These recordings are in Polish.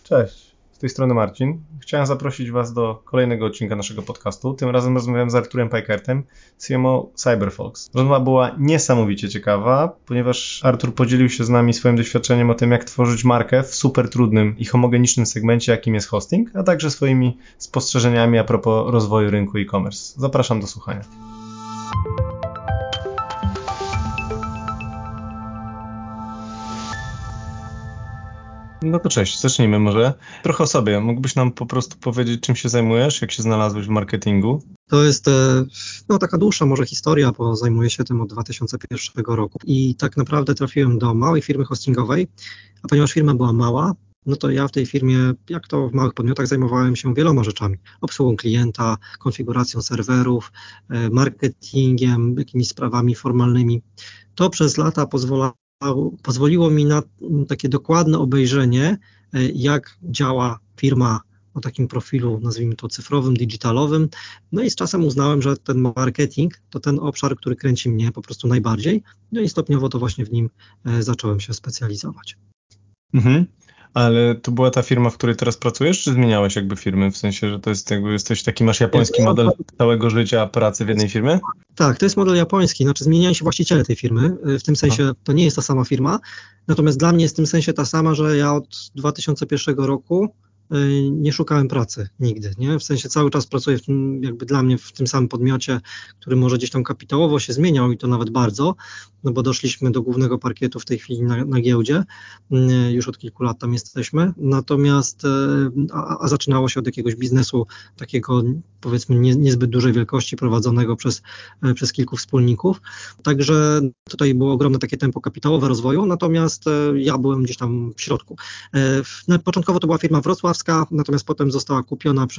Cześć, z tej strony Marcin. Chciałem zaprosić Was do kolejnego odcinka naszego podcastu. Tym razem rozmawiam z Arturem Pajkertem, CMO CyberFox. Rozmowa była niesamowicie ciekawa, ponieważ Artur podzielił się z nami swoim doświadczeniem o tym, jak tworzyć markę w super trudnym i homogenicznym segmencie, jakim jest hosting, a także swoimi spostrzeżeniami a propos rozwoju rynku e-commerce. Zapraszam do słuchania. No to cześć, zacznijmy może. Trochę o sobie. Mógłbyś nam po prostu powiedzieć, czym się zajmujesz, jak się znalazłeś w marketingu? To jest taka dłuższa może historia, bo zajmuję się tym od 2001 roku i tak naprawdę trafiłem do małej firmy hostingowej, a ponieważ firma była mała, no to ja w tej firmie, jak to w małych podmiotach, zajmowałem się wieloma rzeczami. Obsługą klienta, konfiguracją serwerów, marketingiem, jakimiś sprawami formalnymi. To przez lata pozwoliło mi na takie dokładne obejrzenie, jak działa firma o takim profilu, nazwijmy to cyfrowym, digitalowym. No i z czasem uznałem, że ten marketing to ten obszar, który kręci mnie po prostu najbardziej. No i stopniowo to właśnie w nim zacząłem się specjalizować. Ale to była ta firma, w której teraz pracujesz, czy zmieniałeś jakby firmy? W sensie, że to jest jakby jesteś taki, masz japoński model całego życia pracy w jednej firmie? Tak, to jest model japoński, znaczy zmieniają się właściciele tej firmy, w tym sensie to nie jest ta sama firma, natomiast dla mnie jest w tym sensie ta sama, że ja od 2001 roku nie szukałem pracy nigdy, nie? W sensie cały czas pracuję jakby dla mnie w tym samym podmiocie, który może gdzieś tam kapitałowo się zmieniał i to nawet bardzo, no bo doszliśmy do głównego parkietu w tej chwili na giełdzie, już od kilku lat tam jesteśmy, natomiast a zaczynało się od jakiegoś biznesu takiego powiedzmy niezbyt dużej wielkości prowadzonego przez kilku wspólników, także tutaj było ogromne takie tempo kapitałowe rozwoju, natomiast ja byłem gdzieś tam w środku. Początkowo to była firma wrocławska, natomiast potem została kupiona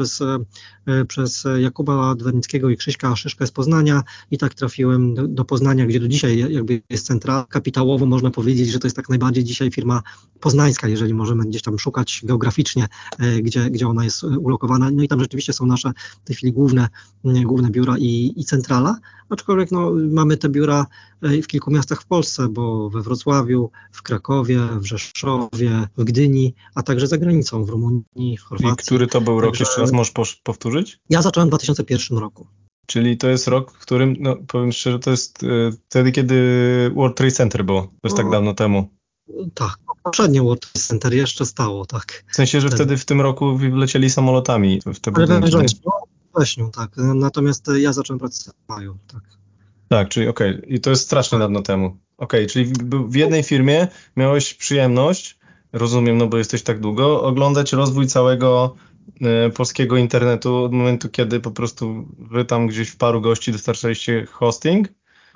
przez Jakuba Dwernickiego i Krzyśka Szyszkę z Poznania i tak trafiłem do Poznania, gdzie do dzisiaj jakby jest centra. Kapitałowo można powiedzieć, że to jest tak najbardziej dzisiaj firma poznańska, jeżeli możemy gdzieś tam szukać geograficznie, gdzie ona jest ulokowana. No i tam rzeczywiście są nasze w tej chwili główne biura i centrala, aczkolwiek mamy te biura w kilku miastach w Polsce, bo we Wrocławiu, w Krakowie, w Rzeszowie, w Gdyni, a także za granicą, w Rumunii, w Chorwacji. I który to był rok? Jeszcze raz możesz powtórzyć? Ja zacząłem w 2001 roku. Czyli to jest rok, w którym, powiem szczerze, to jest wtedy, kiedy World Trade Center było. To jest tak dawno temu. Tak, poprzednie World Trade Center jeszcze stało, tak. W sensie, że wtedy w tym roku lecieli samolotami w te budynki. Ale wrześniu, tak. Natomiast ja zacząłem pracować w maju, tak. Tak, czyli okej. I to jest strasznie dawno temu. Czyli w jednej firmie miałeś przyjemność, rozumiem, no bo jesteś tak długo, oglądać rozwój całego polskiego internetu od momentu, kiedy po prostu wy tam gdzieś w paru gości dostarczaliście hosting.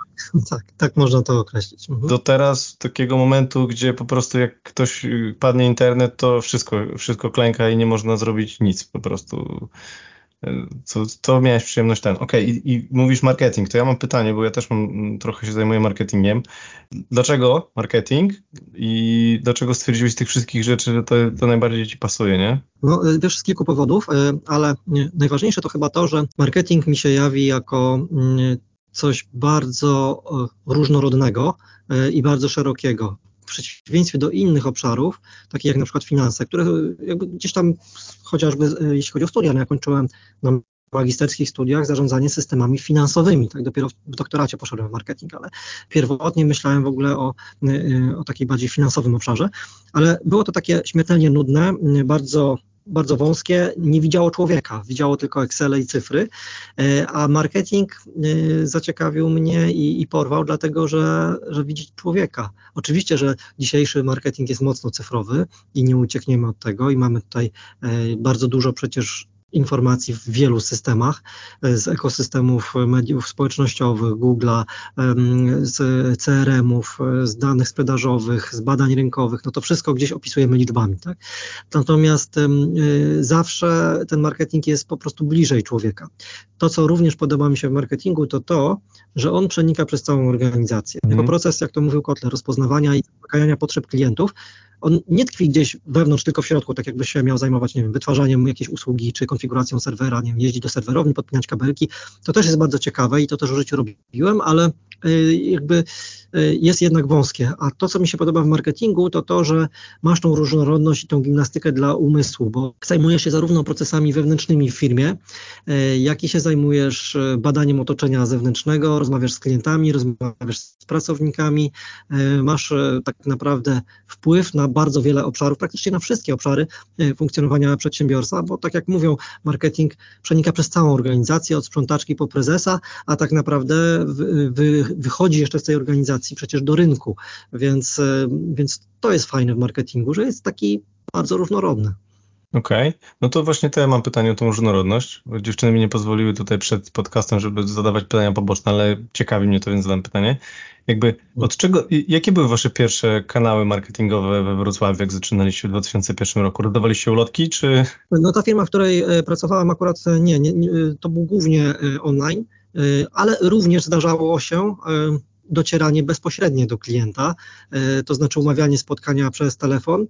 Tak można to określić. Do teraz takiego momentu, gdzie po prostu jak ktoś padnie internet, to wszystko klęka i nie można zrobić nic po prostu. To miałeś przyjemność I mówisz marketing, to ja mam pytanie, bo ja też trochę się zajmuję marketingiem. Dlaczego marketing i dlaczego stwierdziłeś z tych wszystkich rzeczy, że to najbardziej ci pasuje, nie? No wiesz, z kilku powodów, ale najważniejsze to chyba to, że marketing mi się jawi jako coś bardzo różnorodnego i bardzo szerokiego. W przeciwieństwie do innych obszarów, takich jak na przykład finanse, które jakby gdzieś tam, chociażby jeśli chodzi o studia, ja kończyłem na magisterskich studiach zarządzanie systemami finansowymi, tak dopiero w doktoracie poszedłem w marketing, ale pierwotnie myślałem w ogóle o takiej bardziej finansowym obszarze, ale było to takie śmiertelnie nudne, bardzo wąskie, nie widziało człowieka, widziało tylko Excele i cyfry, a marketing zaciekawił mnie i porwał, dlatego że widzi człowieka. Oczywiście, że dzisiejszy marketing jest mocno cyfrowy i nie uciekniemy od tego i mamy tutaj bardzo dużo przecież informacji w wielu systemach, z ekosystemów mediów społecznościowych, Google'a, z CRM-ów, z danych sprzedażowych, z badań rynkowych, no to wszystko gdzieś opisujemy liczbami, tak? Natomiast zawsze ten marketing jest po prostu bliżej człowieka. To, co również podoba mi się w marketingu, to, że on przenika przez całą organizację. Jako proces, jak to mówił Kotler, rozpoznawania i zaspokajania potrzeb klientów, on nie tkwi gdzieś wewnątrz, tylko w środku, tak jakbyś się miał zajmować, nie wiem, wytwarzaniem jakiejś usługi, czy konfiguracją serwera, nie wiem, jeździć do serwerowni, podpinać kabelki. To też jest bardzo ciekawe i to też w życiu robiłem, ale jakby jest jednak wąskie. A to, co mi się podoba w marketingu, to to, że masz tą różnorodność i tą gimnastykę dla umysłu, bo zajmujesz się zarówno procesami wewnętrznymi w firmie, jak i się zajmujesz badaniem otoczenia zewnętrznego, rozmawiasz z klientami, rozmawiasz z pracownikami, masz tak naprawdę wpływ na bardzo wiele obszarów, praktycznie na wszystkie obszary funkcjonowania przedsiębiorstwa, bo tak jak mówią, marketing przenika przez całą organizację, od sprzątaczki po prezesa, a tak naprawdę wychodzi jeszcze z tej organizacji przecież do rynku, więc to jest fajne w marketingu, że jest taki bardzo różnorodny. Okej. No to właśnie to ja mam pytanie o tą różnorodność, bo dziewczyny mi nie pozwoliły tutaj przed podcastem, żeby zadawać pytania poboczne, ale ciekawi mnie to, więc zadam pytanie. Jakby od czego, jakie były wasze pierwsze kanały marketingowe we Wrocławiu, jak zaczynaliście w 2001 roku? Rozdawaliście ulotki, czy... No ta firma, w której pracowałem akurat nie, to był głównie online, ale również zdarzało się docieranie bezpośrednie do klienta, to znaczy umawianie spotkania przez telefon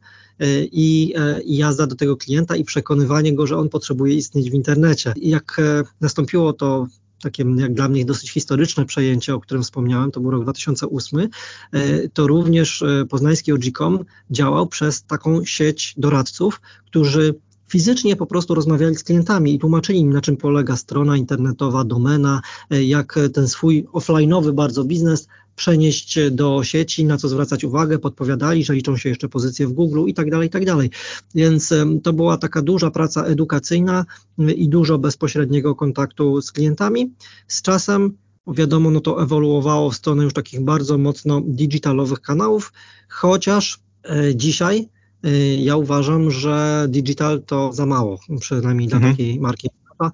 i jazda do tego klienta i przekonywanie go, że on potrzebuje istnieć w internecie. I jak nastąpiło to takie jak dla mnie dosyć historyczne przejęcie, o którym wspomniałem, to był rok 2008, to również poznański OG.com działał przez taką sieć doradców, którzy fizycznie po prostu rozmawiali z klientami i tłumaczyli im, na czym polega strona internetowa, domena, jak ten swój offline'owy bardzo biznes przenieść do sieci, na co zwracać uwagę, podpowiadali, że liczą się jeszcze pozycje w Google i tak dalej, i tak dalej. Więc to była taka duża praca edukacyjna i dużo bezpośredniego kontaktu z klientami. Z czasem, wiadomo, no to ewoluowało w stronę już takich bardzo mocno digitalowych kanałów, chociaż dzisiaj ja uważam, że digital to za mało, przynajmniej dla takiej marki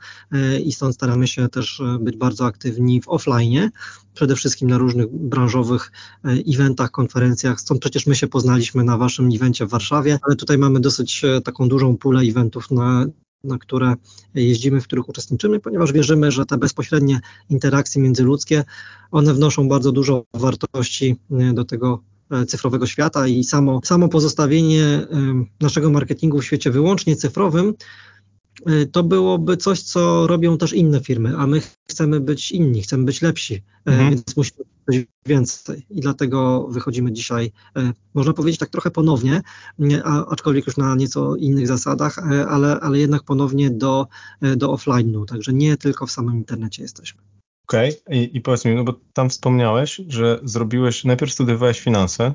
i stąd staramy się też być bardzo aktywni w offline, przede wszystkim na różnych branżowych eventach, konferencjach. Stąd przecież my się poznaliśmy na waszym evencie w Warszawie, ale tutaj mamy dosyć taką dużą pulę eventów, na które jeździmy, w których uczestniczymy, ponieważ wierzymy, że te bezpośrednie interakcje międzyludzkie, one wnoszą bardzo dużo wartości do tego cyfrowego świata i samo pozostawienie naszego marketingu w świecie wyłącznie cyfrowym, to byłoby coś, co robią też inne firmy, a my chcemy być inni, chcemy być lepsi, więc musimy coś więcej i dlatego wychodzimy dzisiaj, można powiedzieć tak trochę ponownie, aczkolwiek już na nieco innych zasadach, ale jednak ponownie do offline'u, także nie tylko w samym internecie jesteśmy. Okej. I powiedz mi, no bo tam wspomniałeś, że najpierw studiowałeś finanse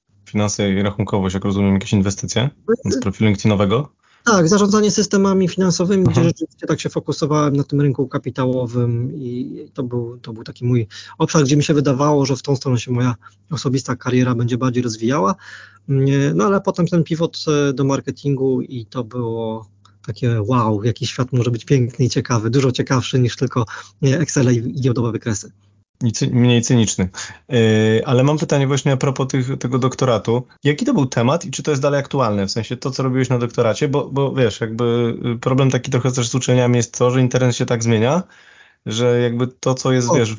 i rachunkowość, jak rozumiem, jakieś inwestycje z profilu LinkedInowego. Tak, zarządzanie systemami finansowymi, gdzie rzeczywiście tak się fokusowałem na tym rynku kapitałowym i to był taki mój obszar, gdzie mi się wydawało, że w tą stronę się moja osobista kariera będzie bardziej rozwijała. No ale potem ten pivot do marketingu i to było takie wow, jaki świat może być piękny i ciekawy, dużo ciekawszy niż tylko Excel i giełdowe wykresy. Mniej cyniczny. Ale mam pytanie właśnie a propos tego doktoratu. Jaki to był temat i czy to jest dalej aktualne? W sensie to, co robiłeś na doktoracie, bo wiesz, jakby problem taki trochę też z uczelniami jest to, że internet się tak zmienia, że jakby to, co jest, wiesz,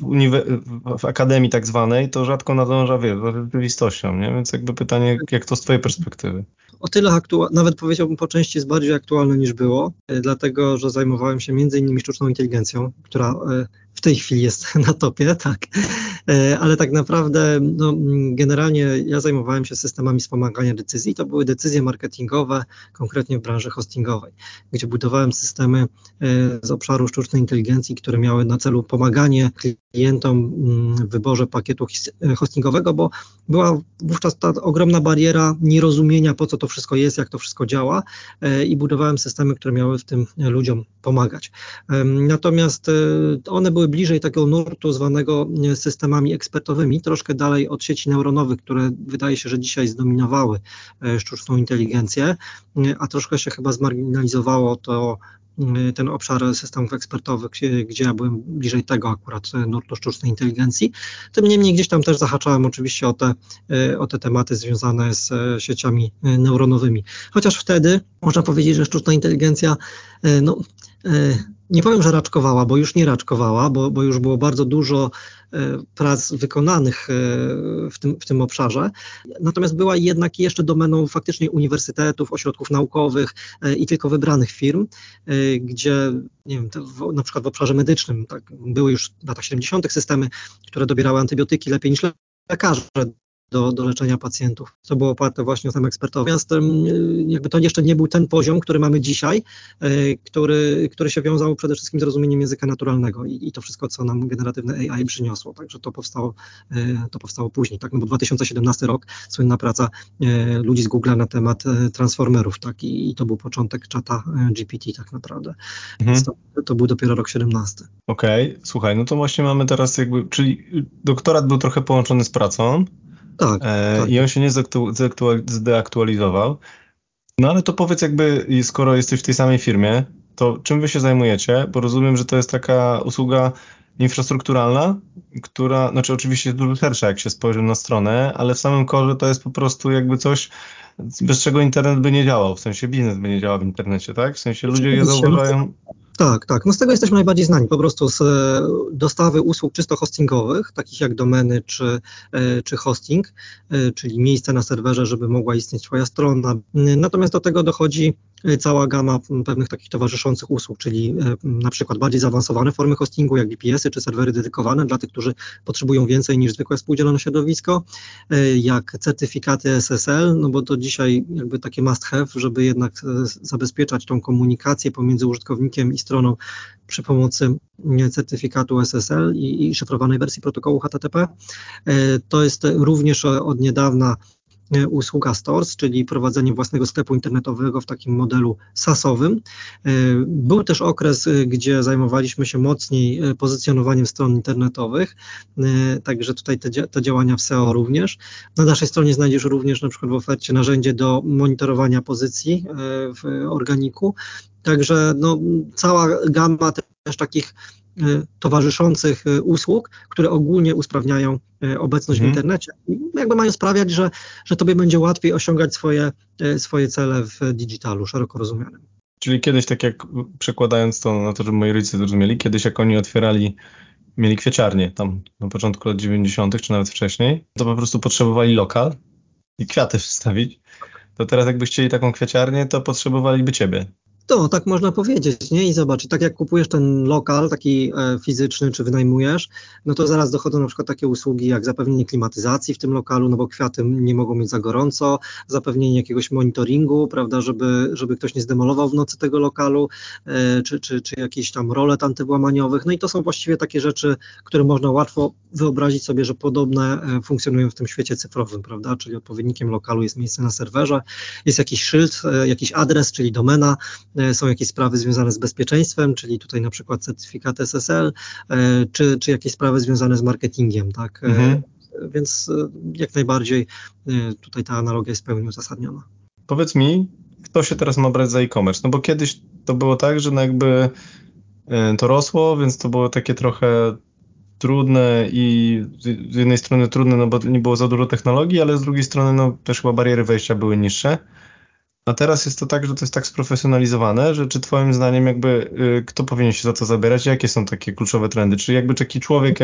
w akademii tak zwanej, to rzadko nadąża, wiesz, za rzeczywistością, nie? Więc jakby pytanie, jak to z twojej perspektywy? O tyle nawet powiedziałbym po części jest bardziej aktualne niż było, dlatego, że zajmowałem się między innymi sztuczną inteligencją, która w tej chwili jest na topie, tak, ale tak naprawdę generalnie ja zajmowałem się systemami wspomagania decyzji. To były decyzje marketingowe, konkretnie w branży hostingowej, gdzie budowałem systemy z obszaru sztucznej inteligencji, które miały na celu pomaganie klientom w wyborze pakietu hostingowego, bo była wówczas ta ogromna bariera nierozumienia, po co to wszystko jest, jak to wszystko działa i budowałem systemy, które miały w tym ludziom pomagać. Natomiast one były bliżej takiego nurtu zwanego systemami ekspertowymi, troszkę dalej od sieci neuronowych, które wydaje się, że dzisiaj zdominowały sztuczną inteligencję, a troszkę się chyba zmarginalizowało ten obszar systemów ekspertowych, gdzie ja byłem bliżej tego akurat nurtu sztucznej inteligencji. Tym niemniej gdzieś tam też zahaczałem oczywiście o te tematy związane z sieciami neuronowymi. Chociaż wtedy można powiedzieć, że sztuczna inteligencja nie powiem, że raczkowała, bo już nie raczkowała, bo już było bardzo dużo prac wykonanych w tym obszarze. Natomiast była jednak jeszcze domeną faktycznie uniwersytetów, ośrodków naukowych i tylko wybranych firm, gdzie nie wiem, na przykład w obszarze medycznym tak, były już w latach 70. systemy, które dobierały antybiotyki lepiej niż lekarze do leczenia pacjentów. To było oparte właśnie o sam ekspertowi. Natomiast jakby to jeszcze nie był ten poziom, który mamy dzisiaj, który się wiązał przede wszystkim z rozumieniem języka naturalnego i to wszystko, co nam generatywne AI przyniosło. Także to powstało później. Tak? No bo 2017 rok, słynna praca ludzi z Google'a na temat transformerów, tak? I to był początek czata GPT tak naprawdę. Więc to był dopiero rok 17. Okej, słuchaj, no to właśnie mamy teraz czyli doktorat był trochę połączony z pracą. Tak. I on się nie zdeaktualizował. No ale to powiedz skoro jesteś w tej samej firmie, to czym wy się zajmujecie? Bo rozumiem, że to jest taka usługa infrastrukturalna, która, znaczy oczywiście jest dużo szersza, jak się spojrzy na stronę, ale w samym core to jest po prostu coś, bez czego internet by nie działał, w sensie biznes by nie działał w internecie, tak? W sensie ludzie je zauważają... Tak. No z tego jesteśmy najbardziej znani, po prostu z dostawy usług czysto hostingowych, takich jak domeny czy hosting, czyli miejsce na serwerze, żeby mogła istnieć twoja strona. Natomiast do tego dochodzi cała gama pewnych takich towarzyszących usług, czyli na przykład bardziej zaawansowane formy hostingu, jak VPS-y czy serwery dedykowane dla tych, którzy potrzebują więcej niż zwykłe współdzielone środowisko, jak certyfikaty SSL, no bo to dzisiaj jakby takie must have, żeby jednak zabezpieczać tą komunikację pomiędzy użytkownikiem i stroną przy pomocy certyfikatu SSL i szyfrowanej wersji protokołu HTTP. To jest również od niedawna usługa Stores, czyli prowadzenie własnego sklepu internetowego w takim modelu SaaS-owym. Był też okres, gdzie zajmowaliśmy się mocniej pozycjonowaniem stron internetowych, także tutaj te działania w SEO również. Na naszej stronie znajdziesz również na przykład w ofercie narzędzie do monitorowania pozycji w organiku, także cała gama też takich towarzyszących usług, które ogólnie usprawniają obecność w internecie i jakby mają sprawiać, że tobie będzie łatwiej osiągać swoje cele w digitalu, szeroko rozumianym. Czyli kiedyś, tak jak przekładając to na to, żeby moi rodzice zrozumieli, kiedyś jak oni mieli kwieciarnię tam na początku lat 90. czy nawet wcześniej, to po prostu potrzebowali lokal i kwiaty wstawić. To teraz jakby chcieli taką kwieciarnię, to potrzebowaliby ciebie. To tak można powiedzieć, nie? I zobacz, tak jak kupujesz ten lokal taki fizyczny, czy wynajmujesz, no to zaraz dochodzą na przykład takie usługi jak zapewnienie klimatyzacji w tym lokalu, no bo kwiaty nie mogą mieć za gorąco, zapewnienie jakiegoś monitoringu, prawda, żeby ktoś nie zdemolował w nocy tego lokalu, czy jakieś tam rolet antywłamaniowych. No i to są właściwie takie rzeczy, które można łatwo wyobrazić sobie, że podobne funkcjonują w tym świecie cyfrowym, prawda, czyli odpowiednikiem lokalu jest miejsce na serwerze, jest jakiś szyld, jakiś adres, czyli domena, są jakieś sprawy związane z bezpieczeństwem, czyli tutaj na przykład certyfikat SSL, czy jakieś sprawy związane z marketingiem, tak? Więc jak najbardziej tutaj ta analogia jest w pełni uzasadniona. Powiedz mi, kto się teraz ma brać za e-commerce? No bo kiedyś to było tak, że jakby to rosło, więc to było takie trochę trudne i z jednej strony trudne, no bo nie było za dużo technologii, ale z drugiej strony no też chyba bariery wejścia były niższe. A teraz jest to tak, że to jest tak sprofesjonalizowane, że czy twoim zdaniem kto powinien się za to zabierać? Jakie są takie kluczowe trendy? Czy jakby taki człowiek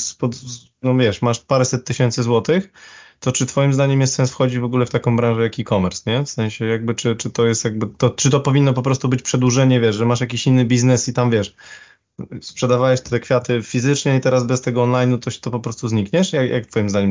no wiesz, masz paręset tysięcy złotych, to czy twoim zdaniem jest sens wchodzić w ogóle w taką branżę jak e-commerce, nie? W sensie jakby czy to jest czy to powinno po prostu być przedłużenie, wiesz, że masz jakiś inny biznes i tam wiesz, sprzedawałeś te kwiaty fizycznie i teraz bez tego online to po prostu znikniesz? Jak twoim zdaniem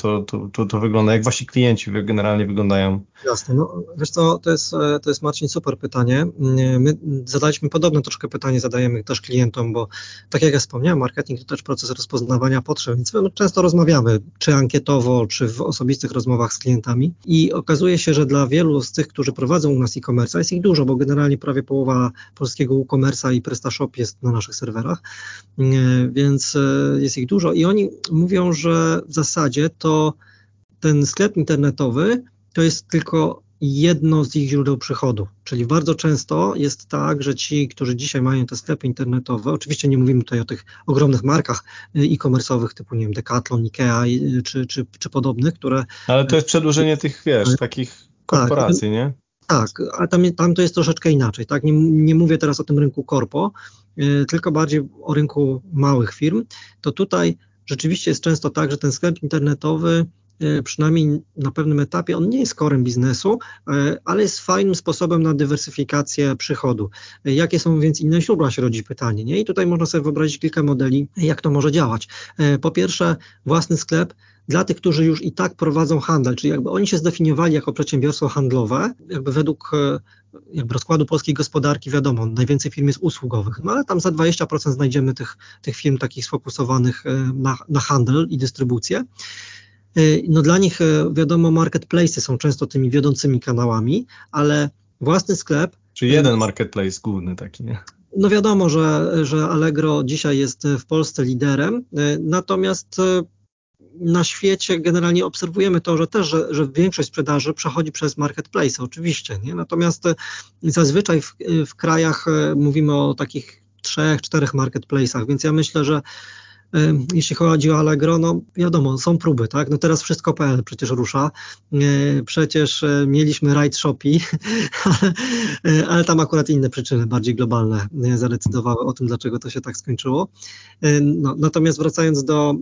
to wygląda? Jak wasi klienci generalnie wyglądają? Jasne, no wiesz co, to jest Marcin super pytanie. My zadaliśmy podobne troszkę pytanie, zadajemy też klientom, bo tak jak ja wspomniałem, marketing to też proces rozpoznawania potrzeb, więc my często rozmawiamy, czy ankietowo, czy w osobistych rozmowach z klientami i okazuje się, że dla wielu z tych, którzy prowadzą u nas e-commerce, jest ich dużo, bo generalnie prawie połowa polskiego e-commerce'a i PrestaShop jest na naszych serwerach, więc jest ich dużo i oni mówią, że w zasadzie to ten sklep internetowy to jest tylko jedno z ich źródeł przychodu. Czyli bardzo często jest tak, że ci, którzy dzisiaj mają te sklepy internetowe, oczywiście nie mówimy tutaj o tych ogromnych markach e-commerce'owych typu, nie wiem, Decathlon, Ikea czy podobnych, które... Ale to jest przedłużenie tych, wiesz, takich korporacji, nie? Tak, ale tam to jest troszeczkę inaczej, tak? Nie mówię teraz o tym rynku korpo, tylko bardziej o rynku małych firm. To tutaj rzeczywiście jest często tak, że ten sklep internetowy, przynajmniej na pewnym etapie, on nie jest corem biznesu, ale jest fajnym sposobem na dywersyfikację przychodu. Jakie są więc inne źródła, się rodzi pytanie, nie? I tutaj można sobie wyobrazić kilka modeli, jak to może działać. Po pierwsze, własny sklep dla tych, którzy już i tak prowadzą handel, czyli jakby oni się zdefiniowali jako przedsiębiorstwo handlowe, jakby według rozkładu polskiej gospodarki, wiadomo, najwięcej firm jest usługowych, no ale tam za 20% znajdziemy tych firm takich sfokusowanych na handel i dystrybucję. No dla nich, wiadomo, marketplace'y są często tymi wiodącymi kanałami, ale własny sklep... Czy jeden marketplace główny taki, nie? No wiadomo, że Allegro dzisiaj jest w Polsce liderem, natomiast na świecie generalnie obserwujemy to, że większość sprzedaży przechodzi przez marketplace, oczywiście, nie? Natomiast zazwyczaj w krajach mówimy o takich 3-4 marketplace'ach, więc ja myślę, że jeśli chodzi o Allegro, no wiadomo, są próby, tak? No teraz wszystko.pl przecież rusza, przecież mieliśmy Ride Shopee, ale tam akurat inne przyczyny, bardziej globalne, zadecydowały o tym, dlaczego to się tak skończyło. No, natomiast wracając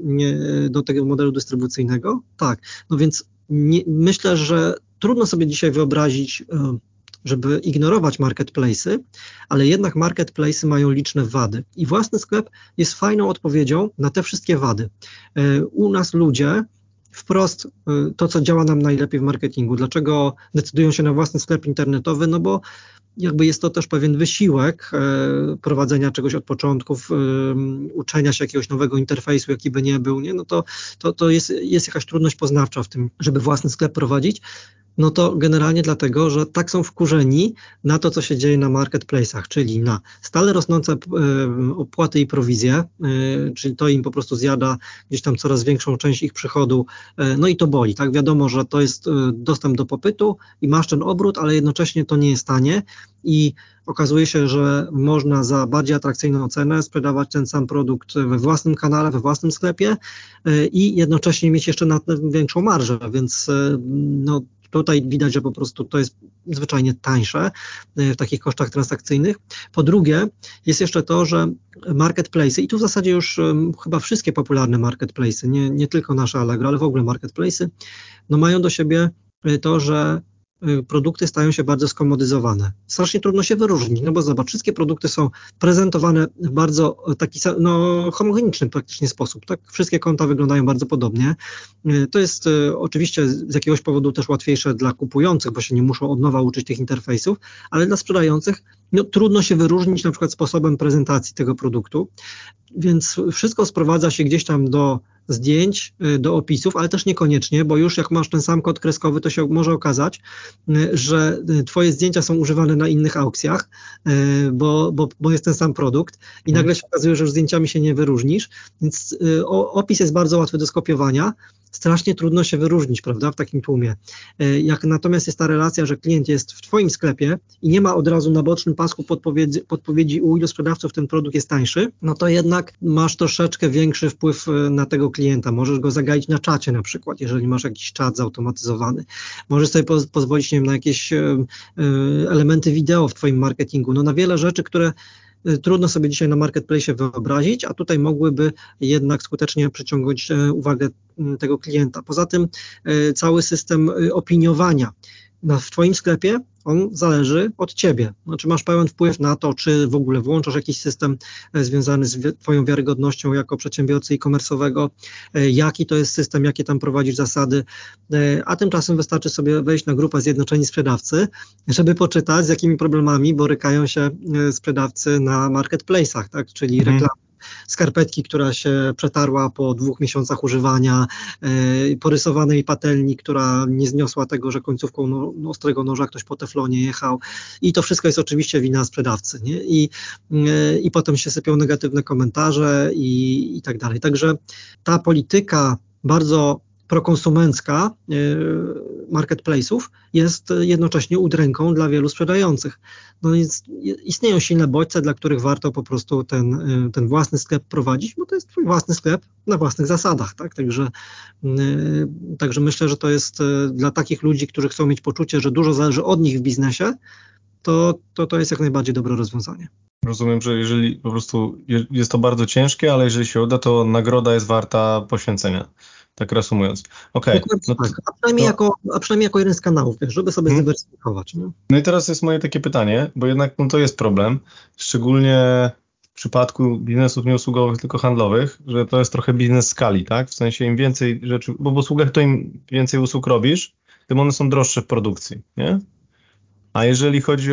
do tego modelu dystrybucyjnego, tak, no więc myślę, że trudno sobie dzisiaj wyobrazić, żeby ignorować marketplace'y, ale jednak marketplace'y mają liczne wady i własny sklep jest fajną odpowiedzią na te wszystkie wady. U nas ludzie wprost to, co działa nam najlepiej w marketingu. Dlaczego decydują się na własny sklep internetowy? No bo jakby jest to też pewien wysiłek prowadzenia czegoś od początków, uczenia się jakiegoś nowego interfejsu, jaki by nie był, nie? No to jest jakaś trudność poznawcza w tym, żeby własny sklep prowadzić. No to generalnie dlatego, że tak są wkurzeni na to, co się dzieje na marketplace'ach, czyli na stale rosnące opłaty i prowizje, czyli to im po prostu zjada gdzieś tam coraz większą część ich przychodu, no i to boli, tak? Wiadomo, że to jest dostęp do popytu i masz ten obrót, ale jednocześnie to nie jest tanie i okazuje się, że można za bardziej atrakcyjną cenę sprzedawać ten sam produkt we własnym kanale, we własnym sklepie i jednocześnie mieć jeszcze na tym większą marżę, więc no tutaj widać, że po prostu to jest zwyczajnie tańsze w takich kosztach transakcyjnych. Po drugie, jest jeszcze to, że marketplace'y, i tu w zasadzie już chyba wszystkie popularne marketplace'y, nie tylko nasze Allegro, ale w ogóle marketplace'y, no mają do siebie to, że produkty stają się bardzo skomodyzowane. Strasznie trudno się wyróżnić, no bo zobacz, wszystkie produkty są prezentowane w bardzo taki homogeniczny praktycznie sposób, tak? Wszystkie konta wyglądają bardzo podobnie. To jest oczywiście z jakiegoś powodu też łatwiejsze dla kupujących, bo się nie muszą od nowa uczyć tych interfejsów, ale dla sprzedających no, trudno się wyróżnić na przykład sposobem prezentacji tego produktu, więc wszystko sprowadza się gdzieś tam do zdjęć, do opisów, ale też niekoniecznie, bo już jak masz ten sam kod kreskowy, to się może okazać, że twoje zdjęcia są używane na innych aukcjach, bo jest ten sam produkt i nagle się okazuje, że już zdjęciami się nie wyróżnisz, więc opis jest bardzo łatwy do skopiowania, strasznie trudno się wyróżnić, prawda, w takim tłumie. Jak natomiast jest ta relacja, że klient jest w twoim sklepie i nie ma od razu na bocznym pasku podpowiedzi, u ilu sprzedawców ten produkt jest tańszy, no to jednak masz troszeczkę większy wpływ na tego klienta. Możesz go zagaić na czacie na przykład, jeżeli masz jakiś czat zautomatyzowany. Możesz sobie pozwolić, nie wiem, na jakieś elementy wideo w twoim marketingu, no na wiele rzeczy, które trudno sobie dzisiaj na marketplace wyobrazić, a tutaj mogłyby jednak skutecznie przyciągnąć uwagę tego klienta. Poza tym cały system opiniowania w twoim sklepie, on zależy od ciebie. Znaczy masz pełen wpływ na to, czy w ogóle włączasz jakiś system związany z twoją wiarygodnością jako przedsiębiorcy e-commerce'owego, jaki to jest system, jakie tam prowadzisz zasady, a tymczasem wystarczy sobie wejść na grupę Zjednoczeni Sprzedawcy, żeby poczytać, z jakimi problemami borykają się sprzedawcy na marketplace'ach, tak? Czyli reklamy. Skarpetki, która się przetarła po 2 miesiącach używania, porysowanej patelni, która nie zniosła tego, że końcówką ostrego noża ktoś po teflonie jechał i to wszystko jest oczywiście wina sprzedawcy, nie? I potem się sypią negatywne komentarze i tak dalej. Także ta polityka bardzo prokonsumencka marketplace'ów jest jednocześnie udręką dla wielu sprzedających. No więc istnieją silne bodźce, dla których warto po prostu ten własny sklep prowadzić, bo to jest twój własny sklep na własnych zasadach, tak? Także myślę, że to jest dla takich ludzi, którzy chcą mieć poczucie, że dużo zależy od nich w biznesie, to jest jak najbardziej dobre rozwiązanie. Rozumiem, że jeżeli po prostu jest to bardzo ciężkie, ale jeżeli się uda, to nagroda jest warta poświęcenia. Tak reasumując. Okej. No tak, a przynajmniej jako jeden z kanałów, wiesz, żeby sobie zdywersyfikować. Nie? No i teraz jest moje takie pytanie, bo jednak to jest problem, szczególnie w przypadku biznesów nie usługowych, tylko handlowych, że to jest trochę biznes skali, tak? W sensie im więcej rzeczy, bo w usługach to im więcej usług robisz, tym one są droższe w produkcji, nie? A jeżeli chodzi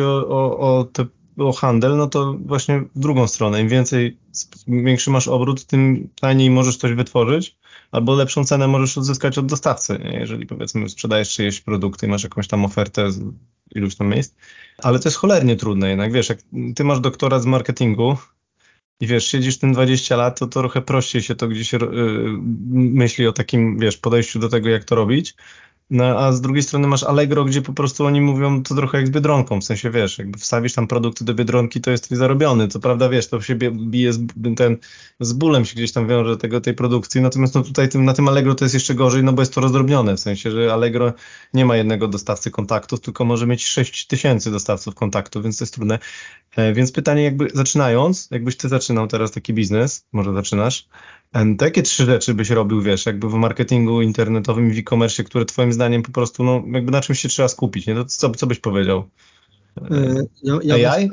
o handel, no to właśnie w drugą stronę. Im większy masz obrót, tym taniej możesz coś wytworzyć, albo lepszą cenę możesz odzyskać od dostawcy, nie? Jeżeli powiedzmy sprzedajesz czyjeś produkty i masz jakąś tam ofertę z iluś tam miejsc. Ale to jest cholernie trudne jednak, wiesz, jak ty masz doktorat z marketingu i wiesz, siedzisz tym 20 lat, to trochę prościej się to gdzieś myśli o takim, wiesz, podejściu do tego, jak to robić. No, a z drugiej strony masz Allegro, gdzie po prostu oni mówią to trochę jak z Biedronką, w sensie, wiesz, jakby wstawisz tam produkty do Biedronki, to jest zarobiony, co prawda, wiesz, to się bije z bólem się gdzieś tam wiąże tej produkcji, natomiast no tutaj na tym Allegro to jest jeszcze gorzej, no bo jest to rozdrobnione, w sensie, że Allegro nie ma jednego dostawcy kontaktów, tylko może mieć 6 000 dostawców kontaktów, więc to jest trudne. Więc pytanie jakby zaczynając, jakbyś ty zaczynał teraz taki biznes, może zaczynasz, to jakie 3 rzeczy byś robił, wiesz, jakby w marketingu internetowym i w e-commerce, które twoim zdaniem po prostu, no jakby na czym się trzeba skupić, nie? To co byś powiedział? AI?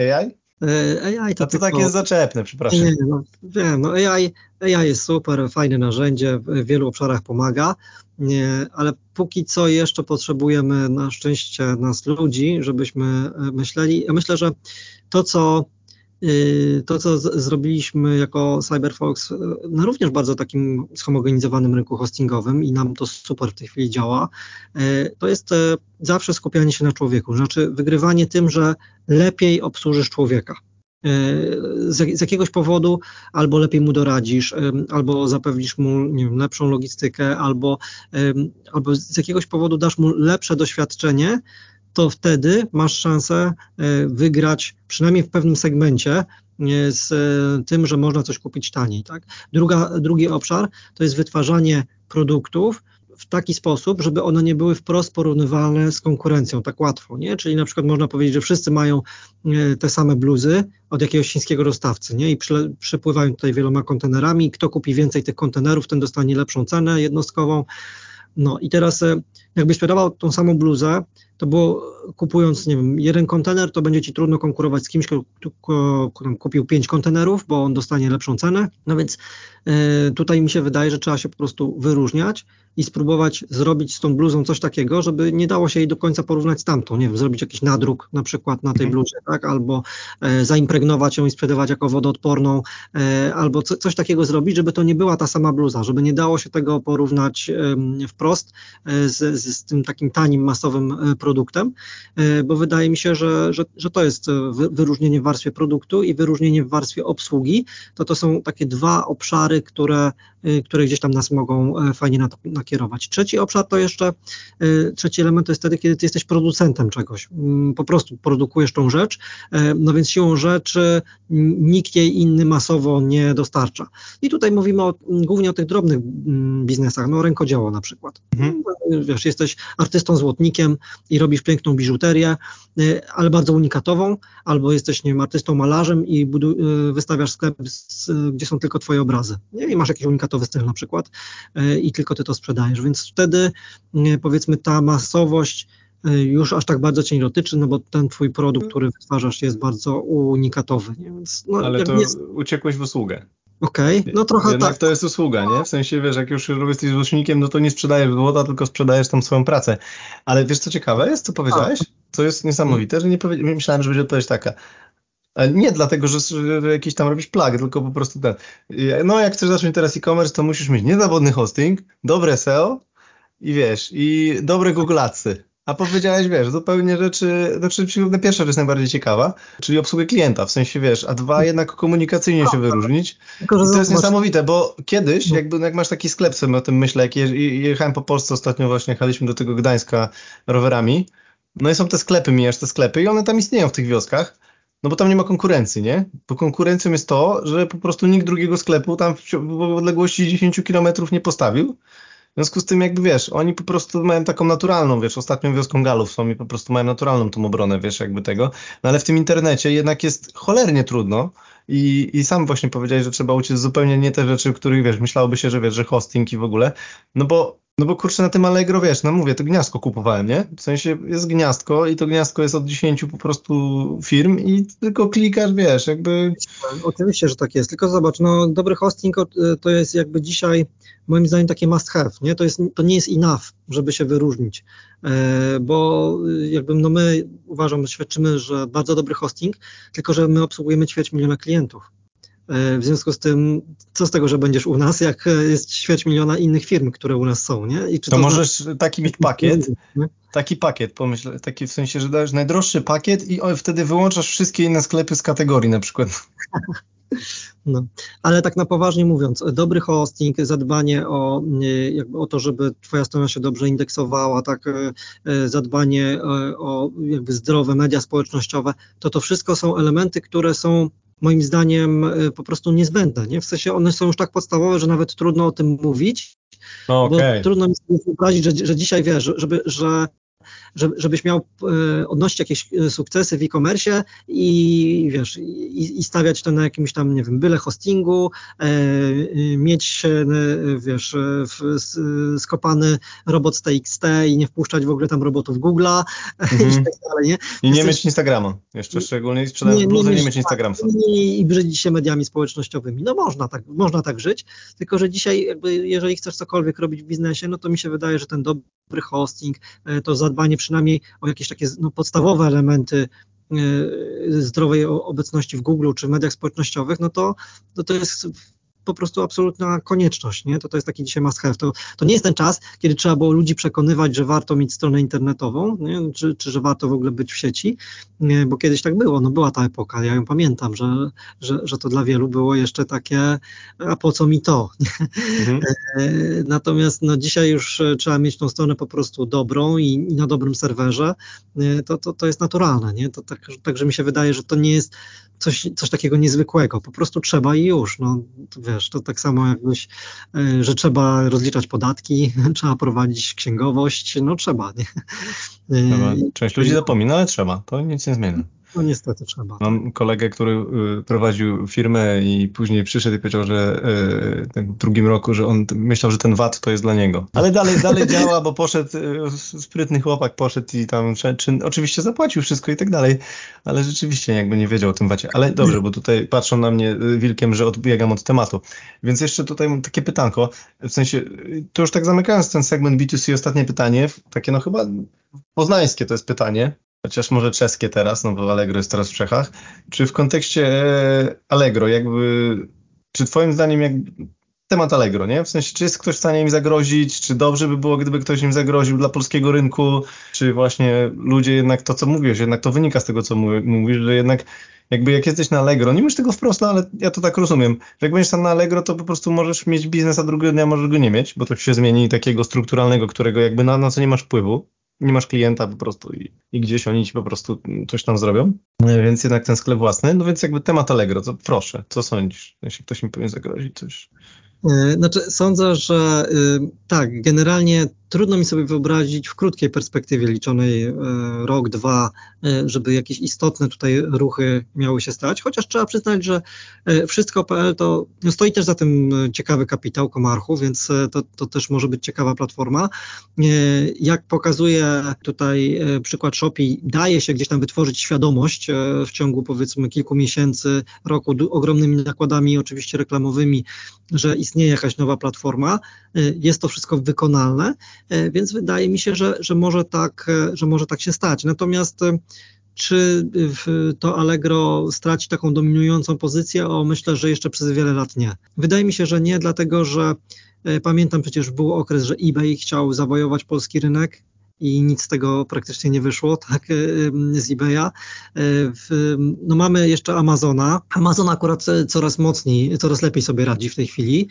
AI A to takie jest zaczepne, przepraszam. Nie, no, wiem, no AI jest super, fajne narzędzie, w wielu obszarach pomaga, ale póki co jeszcze potrzebujemy na szczęście nas ludzi, żebyśmy myśleli. Ja myślę, że to, co zrobiliśmy jako CyberFox na również bardzo takim zhomogenizowanym rynku hostingowym i nam to super w tej chwili działa, to jest zawsze skupianie się na człowieku, znaczy wygrywanie tym, że lepiej obsłużysz człowieka. Z jakiegoś powodu albo lepiej mu doradzisz, albo zapewnisz mu, nie wiem, lepszą logistykę, albo z jakiegoś powodu dasz mu lepsze doświadczenie, to wtedy masz szansę wygrać przynajmniej w pewnym segmencie z tym, że można coś kupić taniej. Tak? Drugi obszar to jest wytwarzanie produktów w taki sposób, żeby one nie były wprost porównywalne z konkurencją tak łatwo, nie? Czyli na przykład można powiedzieć, że wszyscy mają te same bluzy od jakiegoś chińskiego dostawcy, nie? I przypływają tutaj wieloma kontenerami, kto kupi więcej tych kontenerów, ten dostanie lepszą cenę jednostkową. No i teraz jakbyś sprzedawał tą samą bluzę, to było kupując, nie wiem, jeden kontener, to będzie ci trudno konkurować z kimś, kto kupił 5 kontenerów, bo on dostanie lepszą cenę. No więc tutaj mi się wydaje, że trzeba się po prostu wyróżniać i spróbować zrobić z tą bluzą coś takiego, żeby nie dało się jej do końca porównać z tamtą. Nie wiem, zrobić jakiś nadruk na przykład na tej bluzie, tak? Albo zaimpregnować ją i sprzedawać jako wodoodporną, albo coś takiego zrobić, żeby to nie była ta sama bluza, żeby nie dało się tego porównać wprost z tym takim tanim, masowym produktem, bo wydaje mi się, że to jest wyróżnienie w warstwie produktu i wyróżnienie w warstwie obsługi. To są takie 2 obszary, które gdzieś tam nas mogą fajnie nakierować. Trzeci element to jest wtedy, kiedy ty jesteś producentem czegoś. Po prostu produkujesz tą rzecz, no więc siłą rzeczy nikt jej inny masowo nie dostarcza. I tutaj mówimy głównie o tych drobnych biznesach, no rękodzieło na przykład. Wiesz, jesteś artystą złotnikiem i robisz piękną biżuterię, ale bardzo unikatową, albo jesteś, nie wiem, artystą malarzem i wystawiasz sklep, gdzie są tylko twoje obrazy. Nie? I masz jakiś unikatowy styl na przykład i tylko ty to sprzedajesz, więc wtedy powiedzmy ta masowość już aż tak bardzo cię nie dotyczy, no bo ten twój produkt, który wytwarzasz, jest bardzo unikatowy. Nie? Więc, no, ale to uciekłeś w usługę. Okej, no trochę jednak tak. To jest usługa, nie? W sensie, wiesz, jak już jesteś złośnikiem, no to nie sprzedajesz złota, tylko sprzedajesz tam swoją pracę. Ale wiesz, co ciekawe jest, co powiedziałeś? Co jest niesamowite, że myślałem, że będzie odpowiedź taka. Nie dlatego, że jakiś tam robisz plug, tylko po prostu ten. No jak chcesz zacząć teraz e-commerce, to musisz mieć niezawodny hosting, dobre SEO i wiesz, i dobre Google Adsy. A powiedziałeś, wiesz, zupełnie rzeczy, znaczy pierwsza rzecz jest najbardziej ciekawa, czyli obsługę klienta, w sensie, wiesz, a dwa jednak komunikacyjnie się wyróżnić. Tylko, że I to jest zobacz, niesamowite, bo kiedyś, no, jak masz taki sklep, sobie o tym myślę, jak jechałem po Polsce ostatnio, właśnie jechaliśmy do tego Gdańska rowerami, no i są te sklepy, mijasz te sklepy i one tam istnieją w tych wioskach, no bo tam nie ma konkurencji, nie? Bo konkurencją jest to, że po prostu nikt drugiego sklepu tam w odległości 10 kilometrów nie postawił. W związku z tym, jakby wiesz, oni po prostu mają taką naturalną, wiesz, ostatnią wioską Galów są i po prostu mają naturalną tą obronę, wiesz, jakby tego. No ale w tym internecie jednak jest cholernie trudno i sam właśnie powiedziałeś, że trzeba uczyć zupełnie nie te rzeczy, których, wiesz, myślałoby się, że wiesz, że hosting i w ogóle, no bo kurczę, na tym Allegro, wiesz, no mówię, to gniazdko kupowałem, nie? W sensie jest gniazdko i to gniazdko jest od 10 po prostu firm i tylko klikasz, wiesz, jakby... oczywiście, że tak jest, tylko zobacz, no dobry hosting to jest jakby dzisiaj moim zdaniem takie must have, nie? To nie jest enough, żeby się wyróżnić, bo jakby no my uważam, świadczymy, że bardzo dobry hosting, tylko że my obsługujemy 250 000 klientów. W związku z tym, co z tego, że będziesz u nas, jak jest 250 000 innych firm, które u nas są, nie? I czy To to możesz taki mieć pakiet, nie? taki pakiet, pomyśl, taki w sensie, że dajesz najdroższy pakiet i wtedy wyłączasz wszystkie inne sklepy z kategorii na przykład. No, ale tak na poważnie mówiąc, dobry hosting, zadbanie jakby o to, żeby twoja strona się dobrze indeksowała, tak, zadbanie o jakby zdrowe media społecznościowe, to wszystko są elementy, które są moim zdaniem po prostu niezbędne, nie? W sensie one są już tak podstawowe, że nawet trudno o tym mówić, No bo okej. trudno mi sobie wyobrazić, że dzisiaj wiesz, żebyś miał odnosić jakieś sukcesy w e-commerce i wiesz, i stawiać to na jakimś tam, nie wiem, byle hostingu, mieć, wiesz, skopany robot z TXT i nie wpuszczać w ogóle tam robotów Google'a i tak dalej, nie? I nie mieć Instagrama. Jeszcze szczególnie sprzedając bluzy, nie mieć Instagramsa. I brzydzić się mediami społecznościowymi. No można tak żyć, tylko że dzisiaj jakby, jeżeli chcesz cokolwiek robić w biznesie, no to mi się wydaje, że ten dobry hosting, to zadbanie przynajmniej o jakieś takie podstawowe elementy zdrowej obecności w Google czy w mediach społecznościowych, no to jest po prostu absolutna konieczność, nie? To jest taki dzisiaj must have. To nie jest ten czas, kiedy trzeba było ludzi przekonywać, że warto mieć stronę internetową, nie? Czy że warto w ogóle być w sieci, nie? Bo kiedyś tak było, no była ta epoka, ja ją pamiętam, że to dla wielu było jeszcze takie, a po co mi to? Mhm. Natomiast no, dzisiaj już trzeba mieć tą stronę po prostu dobrą i na dobrym serwerze, to jest naturalne, nie? To także mi się wydaje, że to nie jest coś takiego niezwykłego, po prostu trzeba i już, no wiesz, to tak samo jakbyś, że trzeba rozliczać podatki, trzeba prowadzić księgowość, no trzeba, nie? Część ludzi zapomina, ale trzeba. To nic nie zmienia. No niestety trzeba. Mam kolegę, który prowadził firmę i później przyszedł i powiedział, że w drugim roku, że on myślał, że ten VAT to jest dla niego. Ale dalej działa, bo poszedł, sprytny chłopak poszedł i tam oczywiście zapłacił wszystko i tak dalej, ale rzeczywiście jakby nie wiedział o tym VAT-ie. Ale dobrze, bo tutaj patrzą na mnie wilkiem, że odbiegam od tematu. Więc jeszcze tutaj mam takie pytanko, w sensie, to już tak zamykając ten segment B2C, ostatnie pytanie, takie no chyba poznańskie to jest pytanie. Chociaż może czeskie teraz, no bo Allegro jest teraz w Czechach. Czy w kontekście Allegro, czy twoim zdaniem temat Allegro, nie? W sensie, czy jest ktoś w stanie im zagrozić, czy dobrze by było, gdyby ktoś im zagroził dla polskiego rynku, czy właśnie ludzie jednak to, co mówisz, jednak to wynika z tego, co mówisz, że jednak jakby jak jesteś na Allegro, nie mówisz tego wprost, no ale ja to tak rozumiem, że jak będziesz tam na Allegro, to po prostu możesz mieć biznes, a drugiego dnia możesz go nie mieć, bo to się zmieni takiego strukturalnego, którego jakby na co nie masz wpływu. Nie masz klienta po prostu i gdzieś oni ci po prostu coś tam zrobią, więc jednak ten sklep własny, no więc jakby temat Allegro, to proszę, co sądzisz, jeśli ktoś mi powinien zagrozić coś? Znaczy, sądzę, że tak, generalnie trudno mi sobie wyobrazić w krótkiej perspektywie liczonej rok, dwa, żeby jakieś istotne tutaj ruchy miały się stać, chociaż trzeba przyznać, że wszystko.pl to stoi też za tym ciekawy kapitał Komarchu, więc to też może być ciekawa platforma. Jak pokazuje tutaj przykład Shopee, daje się gdzieś tam wytworzyć świadomość w ciągu powiedzmy kilku miesięcy, roku, ogromnymi nakładami oczywiście reklamowymi, że istnieje jakaś nowa platforma, jest to wszystko wykonalne, więc wydaje mi się, że może tak się stać. Natomiast czy to Allegro straci taką dominującą pozycję? Myślę, że jeszcze przez wiele lat nie. Wydaje mi się, że nie, dlatego że pamiętam przecież był okres, że eBay chciał zawojować polski rynek i nic z tego praktycznie nie wyszło, tak, z eBaya. No mamy jeszcze Amazona. Amazon akurat coraz mocniej, coraz lepiej sobie radzi w tej chwili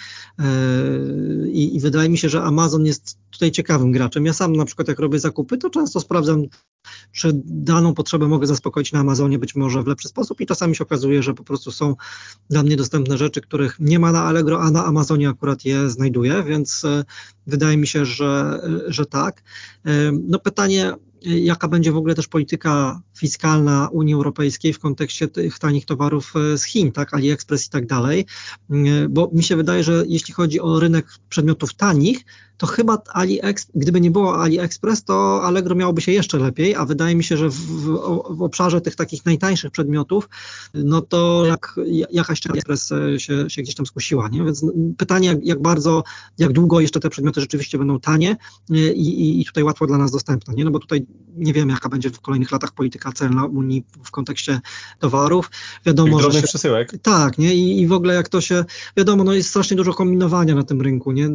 i wydaje mi się, że Amazon jest tutaj ciekawym graczem. Ja sam na przykład jak robię zakupy, to często sprawdzam, czy daną potrzebę mogę zaspokoić na Amazonie, być może w lepszy sposób i czasami się okazuje, że po prostu są dla mnie dostępne rzeczy, których nie ma na Allegro, a na Amazonie akurat je znajduję, więc wydaje mi się, że tak. No pytanie, jaka będzie w ogóle też polityka fiskalna Unii Europejskiej w kontekście tych tanich towarów z Chin, tak, AliExpress i tak dalej, bo mi się wydaje, że jeśli chodzi o rynek przedmiotów tanich, to chyba gdyby nie było AliExpress, to Allegro miałoby się jeszcze lepiej, a wydaje mi się, że w obszarze tych takich najtańszych przedmiotów, no to jakaś AliExpress się gdzieś tam skusiła, nie? Więc pytanie, jak długo jeszcze te przedmioty rzeczywiście będą tanie i tutaj łatwo dla nas dostępne, nie? No bo tutaj nie wiemy, jaka będzie w kolejnych latach polityka celna Unii w kontekście towarów. Wiadomo, że drobnych przesyłek. Tak, nie? I w ogóle jak to się, wiadomo, no jest strasznie dużo kombinowania na tym rynku, nie?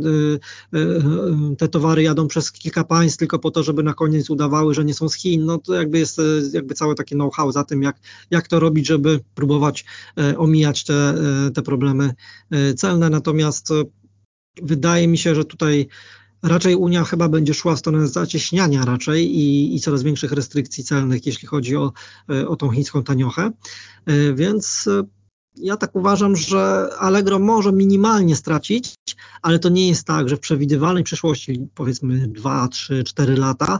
Te towary jadą przez kilka państw tylko po to, żeby na koniec udawały, że nie są z Chin, no to jakby jest całe takie know-how za tym, jak to robić, żeby próbować omijać te problemy celne, natomiast wydaje mi się, że tutaj raczej Unia chyba będzie szła w stronę zacieśniania raczej i coraz większych restrykcji celnych, jeśli chodzi o tą chińską taniochę, więc ja tak uważam, że Allegro może minimalnie stracić, ale to nie jest tak, że w przewidywalnej przyszłości, powiedzmy 2, 3, 4 lata,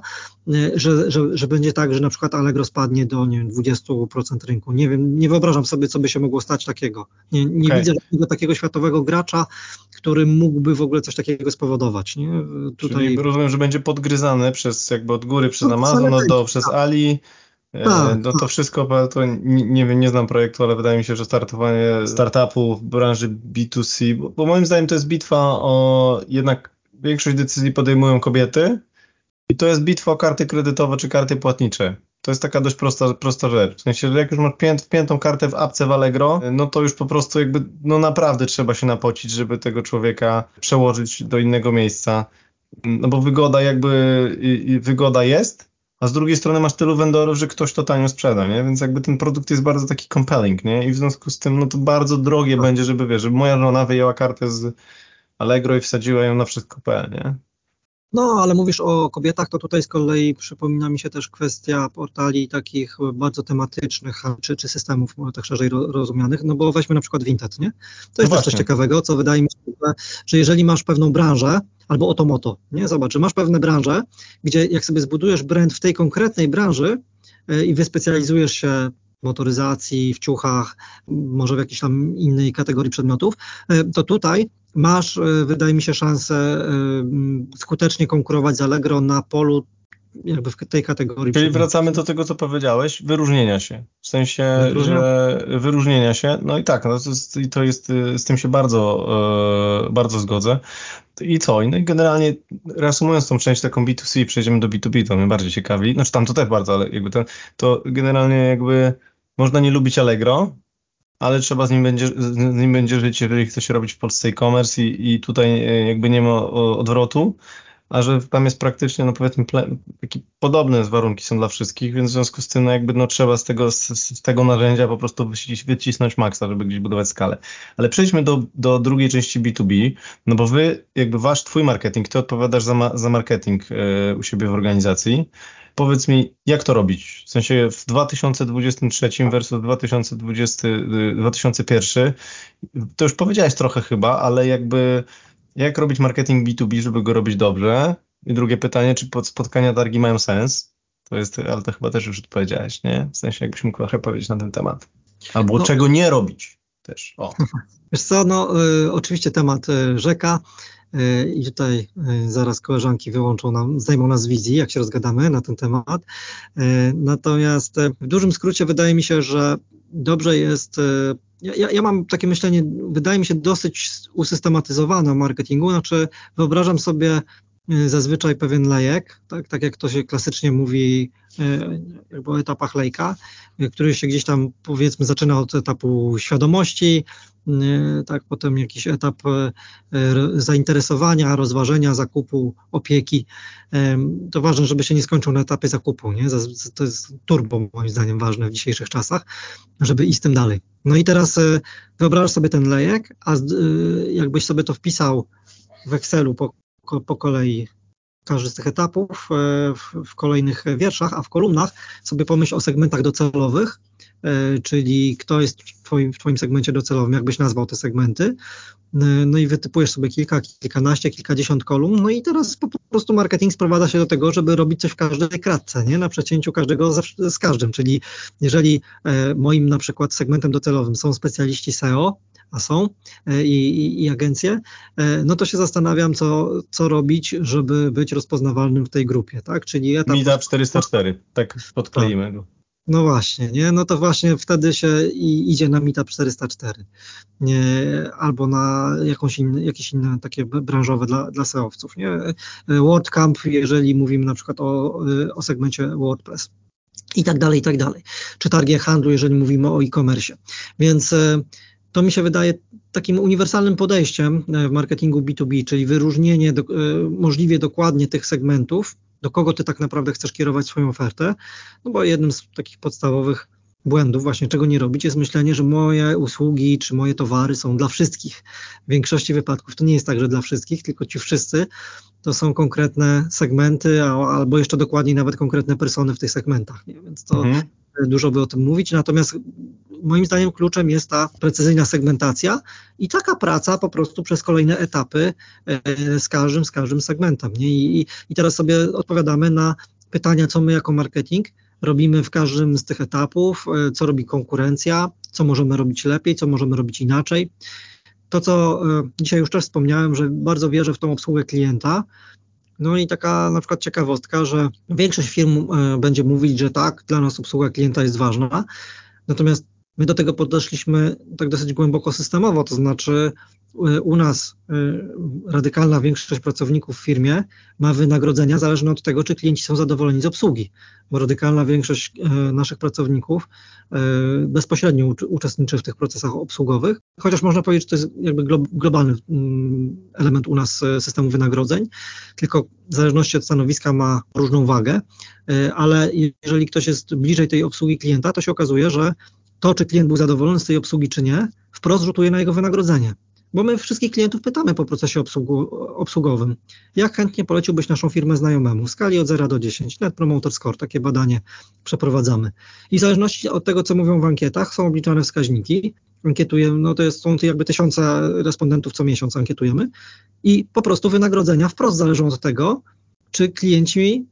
że będzie tak, że na przykład Allegro spadnie do, nie wiem, 20% rynku. Nie wiem, nie wyobrażam sobie, co by się mogło stać takiego. Nie widzę żadnego takiego światowego gracza, który mógłby w ogóle coś takiego spowodować. Nie? Czyli rozumiem, że będzie podgryzany przez jakby od góry przez Amazon, przez Ali. Tak, no to wszystko, to nie wiem, nie znam projektu, ale wydaje mi się, że startowanie startupów w branży B2C, bo moim zdaniem to jest bitwa o, jednak większość decyzji podejmują kobiety i to jest bitwa o karty kredytowe czy karty płatnicze. To jest taka dość prosta rzecz. W sensie, że jak już masz wpiętą kartę w apce w Allegro, no to już po prostu jakby, no naprawdę trzeba się napocić, żeby tego człowieka przełożyć do innego miejsca. No bo wygoda jest, a z drugiej strony masz tylu vendorów, że ktoś to tanio sprzeda, nie? Więc jakby ten produkt jest bardzo taki compelling, nie? I w związku z tym, no to bardzo drogie będzie, żeby moja żona wyjęła kartę z Allegro i wsadziła ją na wszystko.pl, nie? No, ale mówisz o kobietach, to tutaj z kolei przypomina mi się też kwestia portali takich bardzo tematycznych, czy systemów tak szerzej rozumianych, no bo weźmy na przykład Vinted, nie? To jest też coś ciekawego, co wydaje mi się, że jeżeli masz pewną branżę, albo Otomoto, nie? Zobacz, że masz pewne branże, gdzie jak sobie zbudujesz brand w tej konkretnej branży i wyspecjalizujesz się w motoryzacji, w ciuchach, może w jakiejś tam innej kategorii przedmiotów, to tutaj masz, wydaje mi się, szansę skutecznie konkurować z Allegro na polu jakby w tej kategorii. Czyli wracamy do tego, co powiedziałeś, wyróżnienia się. W sensie, że wyróżnienia się, no i tak, no to jest z tym się bardzo zgodzę. I co? No i generalnie reasumując tą część taką B2C, przejdziemy do B2B, to mnie bardziej ciekawi. Znaczy tam to też bardzo, ale jakby to generalnie jakby można nie lubić Allegro, ale trzeba z nim będzie żyć, jeżeli chce się robić w Polsce e-commerce i tutaj jakby nie ma odwrotu, a że tam jest praktycznie, no powiedzmy, takie podobne warunki są dla wszystkich, więc w związku z tym no jakby no trzeba z tego narzędzia po prostu wycisnąć maksa, żeby gdzieś budować skalę. Ale przejdźmy do drugiej części B2B, no bo twój marketing, ty odpowiadasz za marketing u siebie w organizacji. Powiedz mi, jak to robić? W sensie w 2023 versus 2021, to już powiedziałeś trochę chyba, ale jakby jak robić marketing B2B, żeby go robić dobrze? I drugie pytanie, czy spotkania targi mają sens? Ale to chyba też już odpowiedziałeś, nie? W sensie jakbyś mógł trochę powiedzieć na ten temat. Albo czego nie robić też. O. Wiesz co, oczywiście temat rzeka i tutaj zaraz koleżanki zdejmą nas z wizji, jak się rozgadamy na ten temat. Natomiast w dużym skrócie wydaje mi się, że dobrze jest, ja mam takie myślenie, wydaje mi się dosyć usystematyzowane w marketingu, znaczy wyobrażam sobie zazwyczaj pewien lejek, tak jak to się klasycznie mówi jakby o etapach lejka, który się gdzieś tam powiedzmy zaczyna od etapu świadomości, tak, potem jakiś etap zainteresowania, rozważenia, zakupu, opieki. To ważne, żeby się nie skończył na etapie zakupu, nie? To jest turbo moim zdaniem ważne w dzisiejszych czasach, żeby iść z tym dalej. No i teraz wyobrażasz sobie ten lejek, a jakbyś sobie to wpisał w Excelu po kolei każdy z tych etapów w kolejnych wierszach, a w kolumnach sobie pomyśl o segmentach docelowych, czyli kto jest w twoim segmencie docelowym, jakbyś nazwał te segmenty, no i wytypujesz sobie kilkanaście, kilkadziesiąt kolumn, no i teraz po prostu marketing sprowadza się do tego, żeby robić coś w każdej kratce, nie? Na przecięciu każdego z każdym, czyli jeżeli moim na przykład segmentem docelowym są specjaliści SEO, a są i agencje, no to się zastanawiam, co robić, żeby być rozpoznawalnym w tej grupie, tak? Czyli etap... Meetup 404, tak podkleimy go. No właśnie, nie? No to właśnie wtedy się idzie na Meetup 404 albo na jakieś inne takie branżowe dla SEO-wców, nie? WordCamp, jeżeli mówimy na przykład o segmencie WordPress i tak dalej, i tak dalej. Czy targi handlu, jeżeli mówimy o e-commerce. Więc to mi się wydaje takim uniwersalnym podejściem w marketingu B2B, czyli wyróżnienie możliwie dokładnie tych segmentów, do kogo ty tak naprawdę chcesz kierować swoją ofertę, no bo jednym z takich podstawowych błędów, właśnie czego nie robić, jest myślenie, że moje usługi czy moje towary są dla wszystkich. W większości wypadków to nie jest tak, że dla wszystkich, tylko ci wszyscy to są konkretne segmenty, albo jeszcze dokładniej nawet konkretne persony w tych segmentach, nie? Więc to dużo by o tym mówić, natomiast moim zdaniem kluczem jest ta precyzyjna segmentacja i taka praca po prostu przez kolejne etapy z każdym segmentem, nie? I teraz sobie odpowiadamy na pytania, co my jako marketing robimy w każdym z tych etapów, co robi konkurencja, co możemy robić lepiej, co możemy robić inaczej. To, co dzisiaj już też wspomniałem, że bardzo wierzę w tą obsługę klienta. No i taka na przykład ciekawostka, że większość firm będzie mówić, że tak, dla nas obsługa klienta jest ważna, natomiast my do tego podeszliśmy tak dosyć głęboko systemowo, to znaczy u nas radykalna większość pracowników w firmie ma wynagrodzenia zależne od tego, czy klienci są zadowoleni z obsługi, bo radykalna większość naszych pracowników bezpośrednio uczestniczy w tych procesach obsługowych, chociaż można powiedzieć, że to jest jakby globalny element u nas systemu wynagrodzeń, tylko w zależności od stanowiska ma różną wagę, ale jeżeli ktoś jest bliżej tej obsługi klienta, to się okazuje, że to, czy klient był zadowolony z tej obsługi, czy nie, wprost rzutuje na jego wynagrodzenie. Bo my wszystkich klientów pytamy po procesie obsługowym, jak chętnie poleciłbyś naszą firmę znajomemu w skali od 0 do 10, Net Promoter Score, takie badanie przeprowadzamy. I w zależności od tego, co mówią w ankietach, są obliczane wskaźniki. Ankietujemy, no są to jakby tysiące respondentów co miesiąc ankietujemy i po prostu wynagrodzenia wprost zależą od tego, czy klienci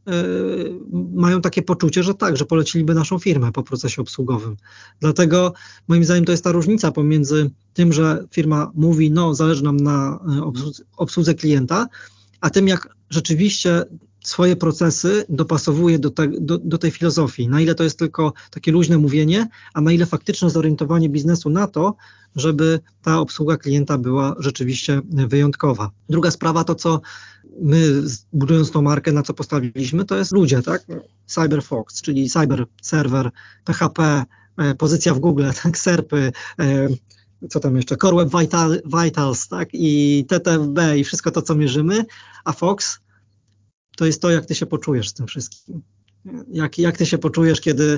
mają takie poczucie, że tak, że poleciliby naszą firmę po procesie obsługowym. Dlatego moim zdaniem to jest ta różnica pomiędzy tym, że firma mówi, no zależy nam na obsłudze klienta, a tym, jak rzeczywiście swoje procesy dopasowuje do tej filozofii. Na ile to jest tylko takie luźne mówienie, a na ile faktyczne zorientowanie biznesu na to, żeby ta obsługa klienta była rzeczywiście wyjątkowa. Druga sprawa to, co my budując tą markę, na co postawiliśmy, to jest ludzie, tak? CyberFox, czyli cyber, serwer, PHP, pozycja w Google, tak? SERPy, co tam jeszcze, Core Web Vitals, tak? I TTFB i wszystko to, co mierzymy, a Fox to jest to, jak ty się poczujesz z tym wszystkim. Jak ty się poczujesz,